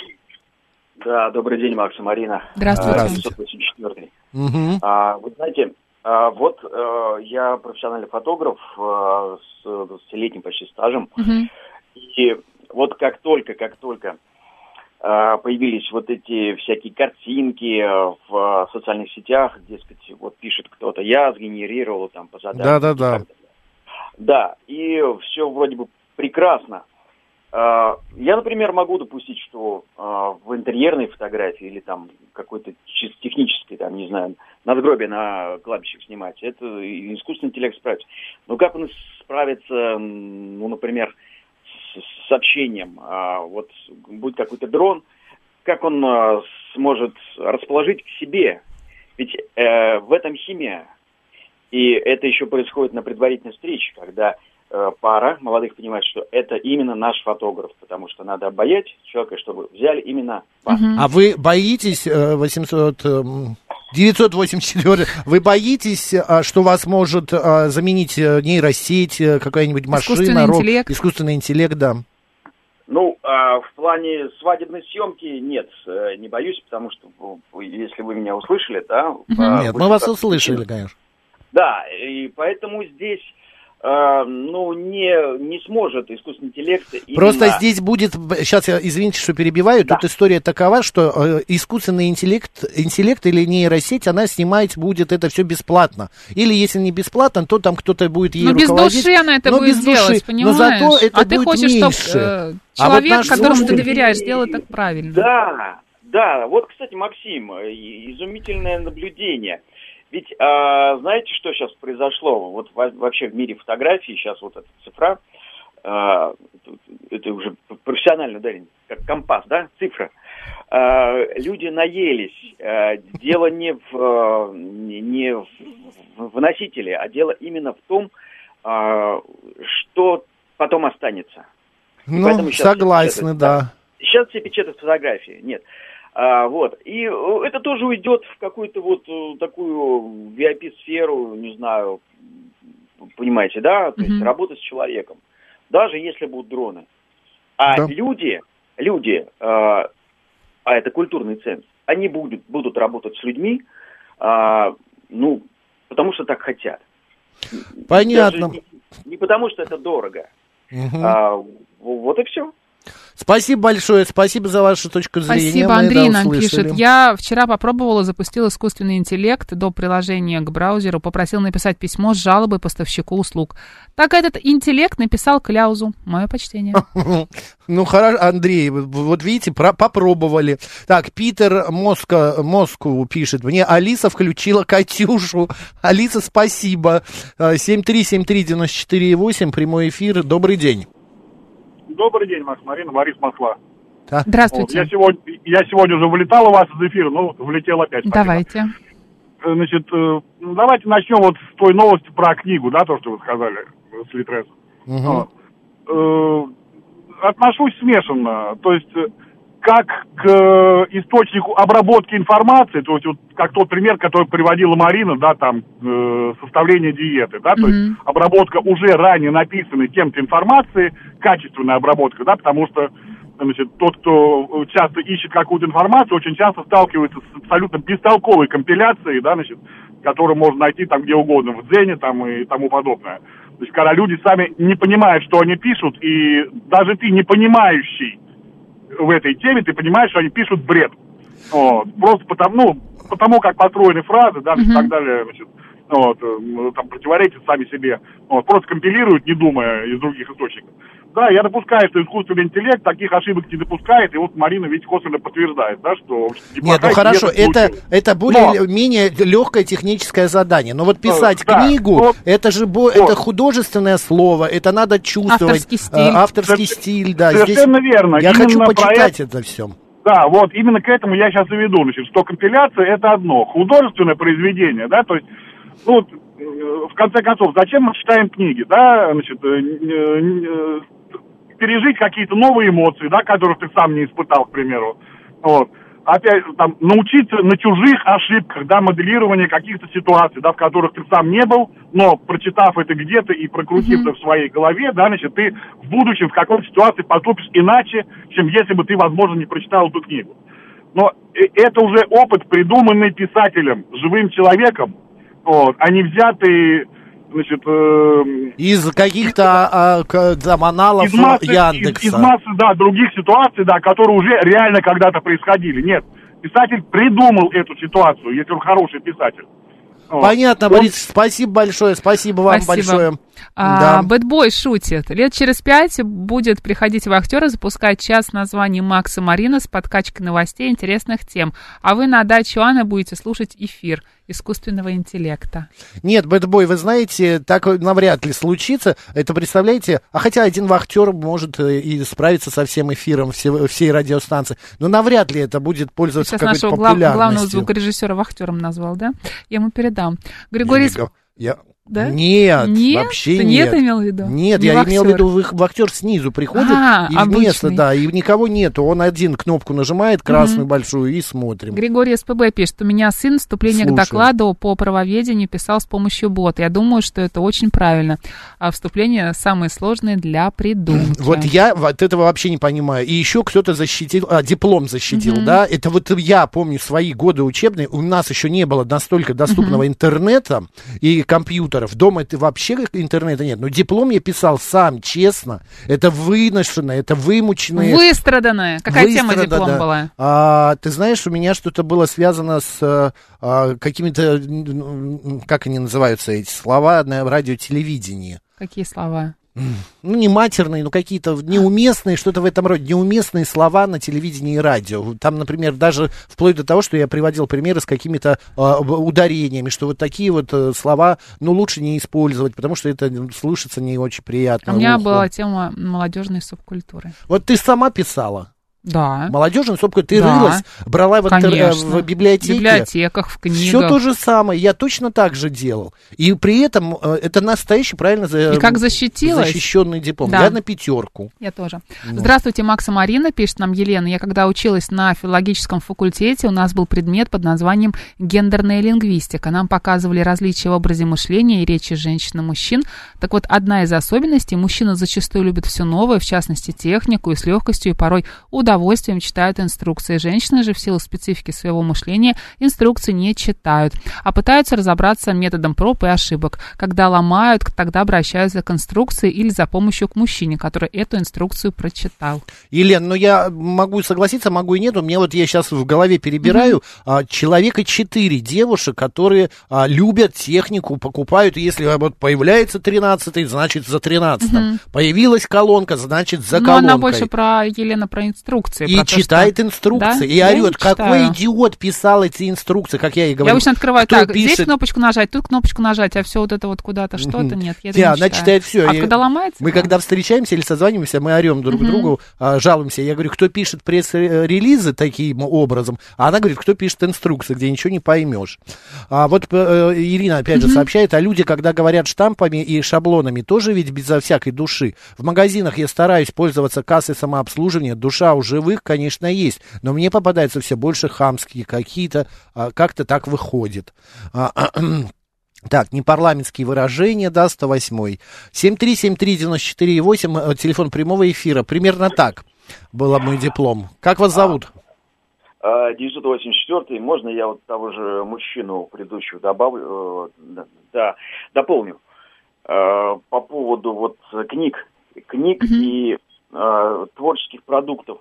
Да, добрый день, Макс и Марина. Здравствуйте. девятьсот восемьдесят четыре. Угу. А, вы знаете, а, вот а, я профессиональный фотограф а, с двадцатилетним почти стажем. Угу. И вот как только, как только а, появились вот эти всякие картинки в а, социальных сетях, дескать, вот пишет кто-то, я сгенерировал там по заданию. Да-да-да. Да, и все вроде бы прекрасно. Я, например, могу допустить, что в интерьерной фотографии или там какой-то чисто технической, там, не знаю, надгробие на кладбищах снимать, это искусственный интеллект справится. Но как он справится, ну, например, с сообщением? Вот будет какой-то дрон, как он сможет расположить к себе? Ведь в этом химия. И это еще происходит на предварительной встрече, когда пара молодых понимает, что это именно наш фотограф, потому что надо обаять человека, чтобы взяли именно вас. Uh-huh. А вы боитесь, восемьсот, девятьсот восемьдесят четыре, вы боитесь, что вас может заменить нейросеть, какая-нибудь машина, искусственный интеллект, искусственный интеллект, да? Ну, в плане свадебной съемки нет, не боюсь, потому что, если вы меня услышали, да... Uh-huh. Нет, мы вас услышали, конечно. Да, и поэтому здесь... Uh, ну, не, не сможет искусственный интеллект... Просто именно... здесь будет... Сейчас я, извините, что перебиваю. Да. Тут история такова, что э, искусственный интеллект, интеллект или нейросеть, она снимать будет это все бесплатно. Или если не бесплатно, то там кто-то будет ей руководить. Ну, без души она это но будет без делать, души. понимаешь? Но зато это а будет ты хочешь, меньше. чтобы э, а человек, вот которому слушатель... ты доверяешь, сделает так правильно. Да, да. Вот, кстати, Максим, изумительное наблюдение. Ведь, а, знаете, что сейчас произошло? Вот вообще в мире фотографии сейчас вот эта цифра, а, это уже профессионально ударение, как компас, да, цифра. А, люди наелись. А, дело не в, не в, в носителе, а дело именно в том, а, что потом останется. Ну, согласны, да. Сейчас все печатают фотографии, нет. А, вот. И это тоже уйдет в какую-то вот такую ви ай пи-сферу, не знаю, понимаете, да? То mm-hmm. есть работа с человеком. Даже если будут дроны. А да. люди, люди, а, а это культурный ценз, они будут, будут работать с людьми, а, ну, потому что так хотят. Понятно. Не, не потому что это дорого. Mm-hmm. А, вот и все. Спасибо большое, спасибо за вашу точку зрения. Спасибо, Андрей нам пишет. Я вчера попробовала, запустил искусственный интеллект до приложения к браузеру, попросил написать письмо с жалобой поставщику услуг. Так этот интеллект написал кляузу. Мое почтение. Ну, хорошо, Андрей, вот видите, попробовали. Так, Питер Москву пишет. Мне Алиса включила Катюшу. Алиса, спасибо. семь три семь три девять четыре восемь, прямой эфир. Добрый день. Добрый день, Макс, Марина, Борис, Москва. Да. Здравствуйте. Вот, я, сегодня, я сегодня уже вылетал у вас из эфира, но влетел опять. Спасибо. Давайте. Значит, э, давайте начнем вот с той новости про книгу, да, то, что вы сказали, с Литрес. Угу. Вот. Э, отношусь смешанно, то есть как к источнику обработки информации, то есть вот как тот пример, который приводила Марина, да, там, э, составление диеты, да, то mm-hmm. есть обработка уже ранее написанной кем-то информации, качественная обработка, да, потому что, значит, тот, кто часто ищет какую-то информацию, очень часто сталкивается с абсолютно бестолковой компиляцией, да, значит, которую можно найти там где угодно, в Дзене там и тому подобное. То есть когда люди сами не понимают, что они пишут, и даже ты, не понимающий в этой теме, ты понимаешь, что они пишут бред. Вот. Просто потому, ну, потому как построены фразы, да, mm-hmm. и так далее, значит, вот, там противоречат сами себе. Вот. Просто компилируют, не думая, из других источников. Да, я допускаю, что искусственный интеллект таких ошибок не допускает, и вот Марина ведь косвенно подтверждает, да, что... Нет, ну хорошо, это, это более-менее легкое техническое задание, но вот писать да, книгу, но, это же бо, это художественное слово, это надо чувствовать. Авторский стиль. Авторский Сов... стиль, да. Совершенно здесь... верно. Я именно хочу почитать проект... это все. Да, вот, именно к этому я сейчас и веду, значит, что компиляция это одно, художественное произведение, да, то есть, ну, в конце концов, зачем мы читаем книги, да, значит, пережить какие-то новые эмоции, да, которых ты сам не испытал, к примеру. Вот. Опять там научиться на чужих ошибках, да, моделирование каких-то ситуаций, да, в которых ты сам не был, но прочитав это где-то и прокрутив это mm-hmm. в своей голове, да, значит, ты в будущем в какой-то ситуации поступишь иначе, чем если бы ты, возможно, не прочитал эту книгу. Но это уже опыт, придуманный писателем, живым человеком, вот, а не взятый, значит... Э, из каких-то а, а, там аналогов из массы, Яндекса. Из, из массы, да, других ситуаций, да, которые уже реально когда-то происходили. Нет, писатель придумал эту ситуацию, если он хороший писатель. Понятно, вот. Борис, спасибо большое, спасибо вам спасибо. большое. А, Бэтбой шутит. Лет через пять будет приходить в актеры, запускать час с названием «Макс и Марина» с подкачкой новостей интересных тем. А вы на даче Анны будете слушать эфир искусственного интеллекта. Нет, Бэтбой, вы знаете, так навряд ли случится. Это, представляете, а хотя один вахтер может и справиться со всем эфиром все, всей радиостанции, но навряд ли это будет пользоваться Сейчас какой-то нашего популярностью. Глав, главного звукорежиссера вахтером назвал, да? Я ему передам. Григорий... Я, я... Да? Нет, нет, вообще ты нет. Нет, имел в виду? Нет, не я вахтер. имел в виду, вахтер снизу приходит, а, и обычный. вместо, да, и никого нету, он один кнопку нажимает, красную угу. большую, и смотрим. Григорий СПБ пишет, у меня сын вступление Слушаю. к докладу по правоведению писал с помощью бота. Я думаю, что это очень правильно. А вступления самые сложные для придумки. Вот я вот этого вообще не понимаю. И еще кто-то защитил, а, диплом защитил, угу. да, это вот я помню свои годы учебные, у нас еще не было настолько доступного угу. интернета и компьютеров. Дома это вообще интернета нет, но диплом я писал сам, честно. Это выношено, это вымученные... Выстраданное. Какая Выстрадано, тема диплома да. была? А, ты знаешь, у меня что-то было связано с а, какими-то, как они называются эти слова, на радио-телевидении. Какие слова? Ну, не матерные, но какие-то неуместные, что-то в этом роде, неуместные слова на телевидении и радио. Там, например, даже вплоть до того, что я приводил примеры с какими-то э, ударениями, что вот такие вот э, слова, ну, лучше не использовать, потому что это слышится не очень приятно. У меня уху. была тема молодежной субкультуры. Вот ты сама писала? Да. Молодежную субкультуру. Ты да. рылась, брала в, интер... в библиотеке. В библиотеках, в книгах. Все то же самое. Я точно так же делал. И при этом э, это настоящий, правильно, за... И как защитилась? защищенный диплом. Да. Я на пятерку. Я тоже. Ну. Здравствуйте, Макс и Марина, пишет нам Елена. Я когда училась на филологическом факультете, у нас был предмет под названием гендерная лингвистика. Нам показывали различия в образе мышления и речи женщин и мужчин. Так вот, одна из особенностей: мужчины зачастую любят все новое, в частности, технику, и с легкостью и порой удовольствием читают инструкции. Женщины же в силу специфики своего мышления инструкции не читают, а пытаются разобраться методом проб и ошибок. Когда ломают, тогда обращаются к инструкции или за помощью к мужчине, который эту инструкцию прочитал. Елена, ну я могу согласиться, могу и нет. У меня вот я сейчас в голове перебираю mm-hmm. а, человека четыре девушек, которые а, любят технику, покупают. И если вот появляется тринадцатый, значит за тринадцатым. Mm-hmm. Появилась колонка, значит за колонкой. Но она больше про, Елена, про инструкции. И про читает то, что... инструкции, да? и я орет, какой идиот писал эти инструкции, как я и говорю. Я обычно открываю Кто так, пишет... здесь кнопочку нажать, тут кнопочку нажать, а все вот это вот куда-то что-то, нет, я это yeah, не она читаю. читает все. А я... когда ломается? Мы да? когда встречаемся или созваниваемся, мы орем друг uh-huh. другу, а, жалуемся. Я говорю, кто пишет пресс-релизы таким образом, а она говорит, кто пишет инструкции, где ничего не поймешь. А вот э, Ирина опять uh-huh. же сообщает, а люди, когда говорят штампами и шаблонами, тоже ведь безо всякой души. В магазинах я стараюсь пользоваться кассой самообслуживания, душа у живых, конечно, есть, но мне попадается все больше хамские какие-то, а, как-то так выходит. А, Так, непарламентские выражения, да, сто восьмой. семь три семь три девять четыре восемь, телефон прямого эфира. Примерно так был мой диплом. Как вас зовут? девятьсот восемьдесят четвёртый. Можно я вот того же мужчину предыдущего добавлю, да, дополню? По поводу вот книг, книг mm-hmm. и э, творческих продуктов.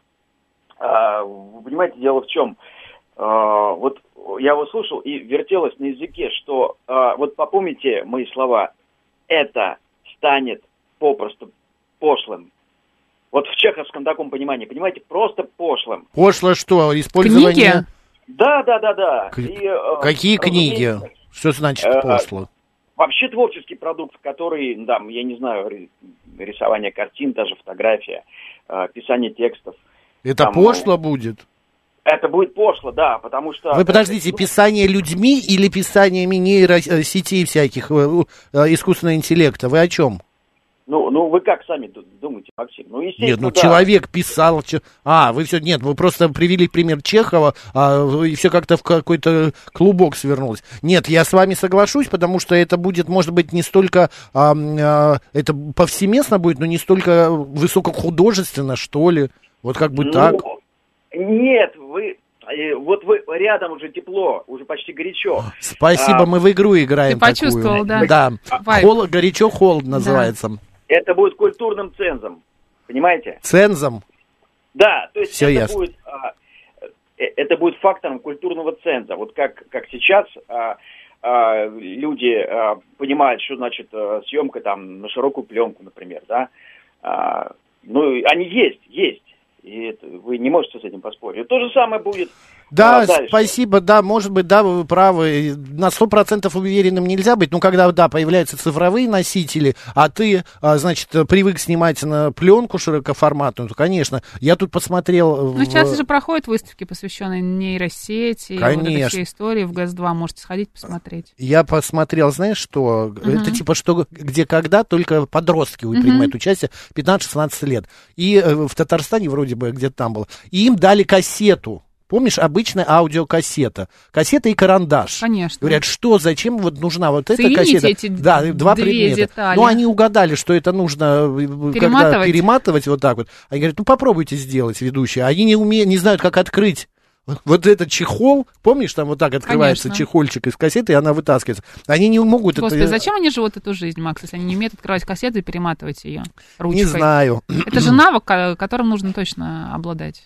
Вы понимаете, дело в чем? Вот я его слушал и вертелось на языке, что вот попомните мои слова, это станет попросту пошлым. Вот в чеховском таком понимании, понимаете, просто пошлым. Пошло что? Использование... Книги? Да, да, да, да. К... И, Какие книги? Что значит пошло? Вообще творческий продукт, который, да, я не знаю, рисование картин, даже фотография, писание текстов. Это там, пошло будет? Это будет пошло, да, потому что... Вы подождите, писание людьми или писаниями нейросетей всяких, искусственного интеллекта? Вы о чем? Ну, ну, вы как сами думаете, Максим? Ну, естественно, Нет, ну, да. человек писал... А, вы все... Нет, вы просто привели пример Чехова, а, и все как-то в какой-то клубок свернулось. Нет, я с вами соглашусь, потому что это будет, может быть, не столько... А, а, это повсеместно будет, но не столько высокохудожественно, что ли. Вот как бы ну, так. Нет, вы... Вот вы рядом уже тепло, уже почти горячо. Спасибо, а, мы в игру играем. Ты почувствовал, такую. да? Да. Холод, горячо, холодно да. называется. Это будет культурным цензом, понимаете? Цензом? Да, то есть Все это ясно. будет, а, это будет фактором культурного ценза. Вот как, как сейчас а, э, люди э, понимают, что значит э, съемка там на широкую пленку, например, да. Э, ну, они есть, есть. И это, вы не можете с этим поспорить. То же самое будет. Да, а, спасибо, да, может быть, да, вы правы. На сто процентов уверенным нельзя быть, но когда, да, появляются цифровые носители, а ты, значит, привык снимать на пленку широкоформатную, то, конечно, я тут посмотрел... Ну, сейчас в... же проходят выставки, посвященные нейросети, конечно. Вот этой всей истории в ГЭС два, можете сходить посмотреть. Я посмотрел, знаешь, что? Uh-huh. Это типа что, где, когда, только подростки uh-huh. принимают участие, пятнадцать-шестнадцать лет. И в Татарстане вроде бы где-то там было. И им дали кассету. Помнишь, обычная аудиокассета. Кассета и карандаш. Конечно. Говорят, что, зачем вот нужна вот эта Соедините кассета? Эти да, два две предмета. Детали. Ну, они угадали, что это нужно перематывать. Когда перематывать вот так вот. Они говорят, ну, попробуйте сделать, ведущие. Они не умеют, не знают, как открыть. Вот этот чехол, помнишь, там вот так открывается Конечно. Чехольчик из кассеты, и она вытаскивается. Они не могут... Господи, это... зачем они живут эту жизнь, Макс, если они не умеют открывать кассету и перематывать ее ручкой? Не знаю. Это же навык, которым нужно точно обладать.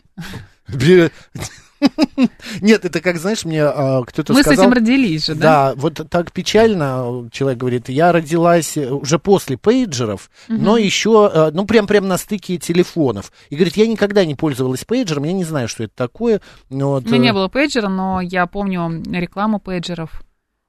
Нет, это как, знаешь, мне а, кто-то Мы сказал... Мы с этим родились же, да? Да, вот так печально, человек говорит, я родилась уже после пейджеров, угу. но еще, ну, прям-прям на стыке телефонов. И говорит, я никогда не пользовалась пейджером, я не знаю, что это такое. Вот... У меня не было пейджера, но я помню рекламу пейджеров.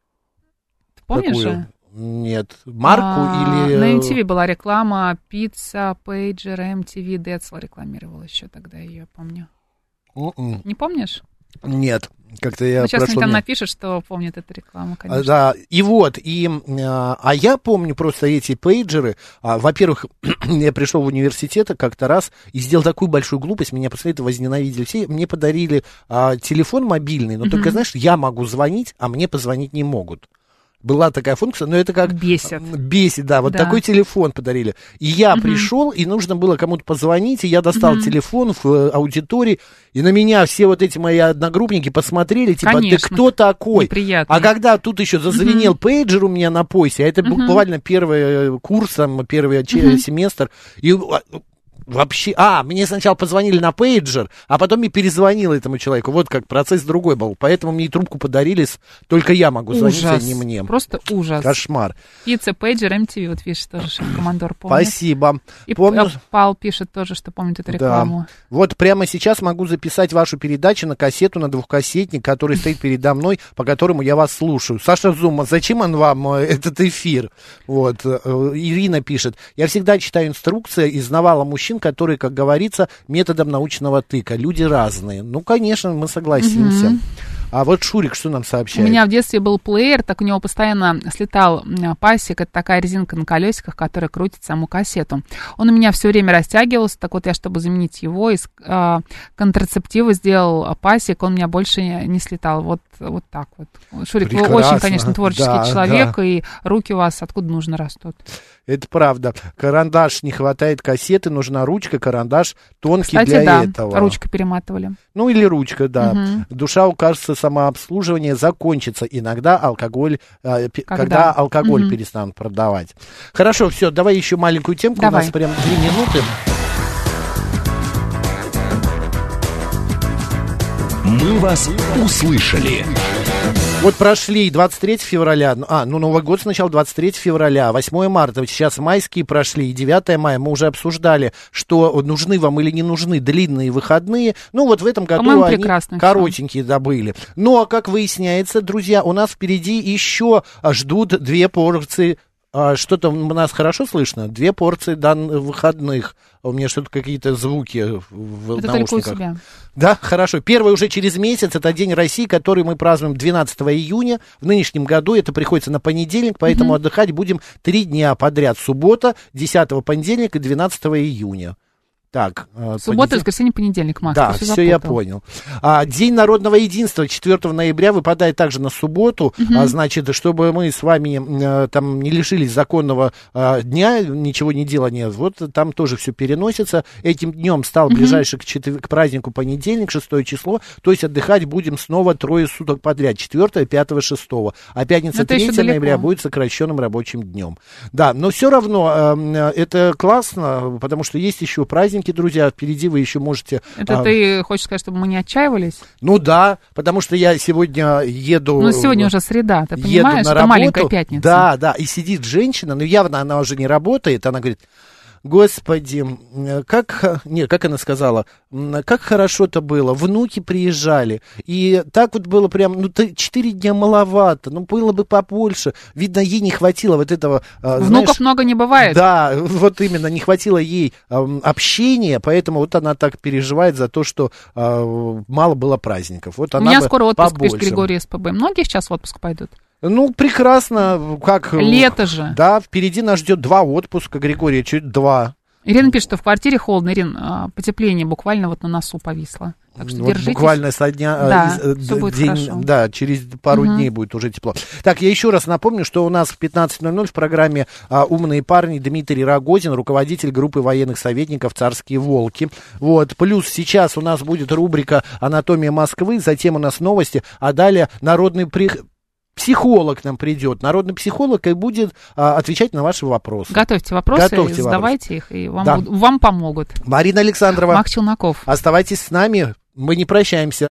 Ты помнишь же? Нет. Марку а, или... На эм ти ви была реклама, пицца, пейджер, эм ти ви, Децл рекламировал еще тогда, ее я помню. Mm-mm. Не помнишь? Нет, как-то я... Ну, сейчас прошло... там напишешь, что помнит эту рекламу, конечно. Да, и вот, и, а, а я помню просто эти пейджеры. А, во-первых, я пришел в университет как-то раз и сделал такую большую глупость, меня после этого возненавидели все. Мне подарили а, телефон мобильный, но mm-hmm. только, знаешь, я могу звонить, а мне позвонить не могут. Была такая функция, но это как... Бесит. Бесит, да. Вот да. такой телефон подарили. И я угу. пришел, и нужно было кому-то позвонить, и я достал угу. телефон в аудитории, и на меня все вот эти мои одногруппники посмотрели, типа, Конечно. ты кто такой? Неприятно. А когда тут еще зазвенел угу. пейджер у меня на поясе, а это угу. буквально первый курс, там, первый угу. семестр, и... Вообще, а, мне сначала позвонили на пейджер, а потом мне перезвонил этому человеку. Вот как процесс другой был. Поэтому мне и трубку подарили, только я могу звонить, ужас. А не мне. Просто ужас. Кошмар. Пицца, пейджер, эм ти ви, вот видишь, тоже шеф-командор помнит. Спасибо. И Помню... Пал пишет тоже, что помнит эту рекламу. Да. Вот прямо сейчас могу записать вашу передачу на кассету, на двухкассетник, который стоит передо мной, по которому я вас слушаю. Саша Зума, зачем он вам, этот эфир? Вот. Ирина пишет. Я всегда читаю инструкции из навала мужчин, которые, как говорится, говорится, методом научного тыка. Люди разные. Ну, конечно, мы согласимся. Угу. А вот Шурик что нам сообщает? У меня в детстве был плеер, так у него постоянно слетал пасек. Это такая резинка на колесиках, которая крутит саму кассету. Он у меня все время растягивался. Так вот я, чтобы заменить его, из э, контрацептива сделал пасек. Он у меня больше не, не слетал. Вот, вот так вот. Шурик, Прекрасно. Вы очень, конечно, творческий да, человек, да. И руки у вас откуда нужно растут. Это правда. Карандаш, не хватает кассеты, нужна ручка, карандаш тонкий. Кстати, для да, этого. Ручкой перематывали. Ну или ручка, да. Угу. Душа, укажется, самообслуживание закончится. Иногда алкоголь, э, когда? когда алкоголь угу. перестанут продавать. Хорошо, все, давай еще маленькую темку. Давай. У нас прям две минуты. Мы вас услышали. Вот прошли двадцать третьего февраля, а, ну, Новый год сначала двадцать третьего февраля, восьмое марта, сейчас майские прошли, и девятое мая, мы уже обсуждали, что нужны вам или не нужны длинные выходные, ну, вот в этом году По-моему, они прекрасно коротенькие добыли. Но, как выясняется, друзья, у нас впереди еще ждут две порции. А что-то у нас хорошо слышно? Две порции дан выходных. У меня что-то какие-то звуки в это наушниках. Только у тебя. Да, хорошо. Первый уже через месяц. Это День России, который мы празднуем двенадцатого июня. В нынешнем году это приходится на понедельник, поэтому mm-hmm. отдыхать будем три дня подряд. Суббота, десятого понедельник и двенадцатого июня. Так, суббота, понедельник... воскресенье, понедельник, Макс. Да, все, все я понял. А, День народного единства четвёртого ноября выпадает также на субботу. Угу. А, значит, чтобы мы с вами а, там не лишились законного а, дня, ничего не делания, вот там тоже все переносится. Этим днем стал угу. ближайший к, четв... к празднику понедельник, шестое число. То есть отдыхать будем снова трое суток подряд. четвёртого, пятого, шестого. А пятница третьего ноября будет сокращенным рабочим днем. Да, но все равно а, это классно, потому что есть еще праздник, дорогенькие друзья, впереди вы еще можете... Это а... ты хочешь сказать, чтобы мы не отчаивались? Ну да, потому что я сегодня еду... Ну сегодня уже среда, ты понимаешь, это маленькая пятница. Да, да, и сидит женщина, ну явно она уже не работает, она говорит... Господи, как, не, как она сказала, как хорошо-то было, внуки приезжали, и так вот было прям, ну, четыре дня маловато, ну, было бы побольше, видно, ей не хватило вот этого, Внуков знаешь, много не бывает. Да, вот именно, не хватило ей общения, поэтому вот она так переживает за то, что мало было праздников. Вот она У меня скоро отпуск, побольше. пишет Григорий СПБ. Многие сейчас в отпуск пойдут? Ну, прекрасно, как... Лето же. Да, впереди нас ждет два отпуска, Григорий, чуть два. Ирина пишет, что в квартире холодно. Ирина, потепление буквально вот на носу повисло. Так что вот держитесь. Буквально со дня... Да, э, все будет день, хорошо. Да, через пару угу. дней будет уже тепло. Так, я еще раз напомню, что у нас в пятнадцать ноль ноль в программе а, «Умные парни» Дмитрий Рогозин, руководитель группы военных советников «Царские волки». Вот, плюс сейчас у нас будет рубрика «Анатомия Москвы», затем у нас новости, а далее народный при... психолог нам придет, народный психолог, и будет а, отвечать на ваши вопросы. Готовьте вопросы, Готовьте задавайте вопросы. их, и вам, да. буд- вам помогут. Марина Александрова. Макс Челноков. Оставайтесь с нами, мы не прощаемся.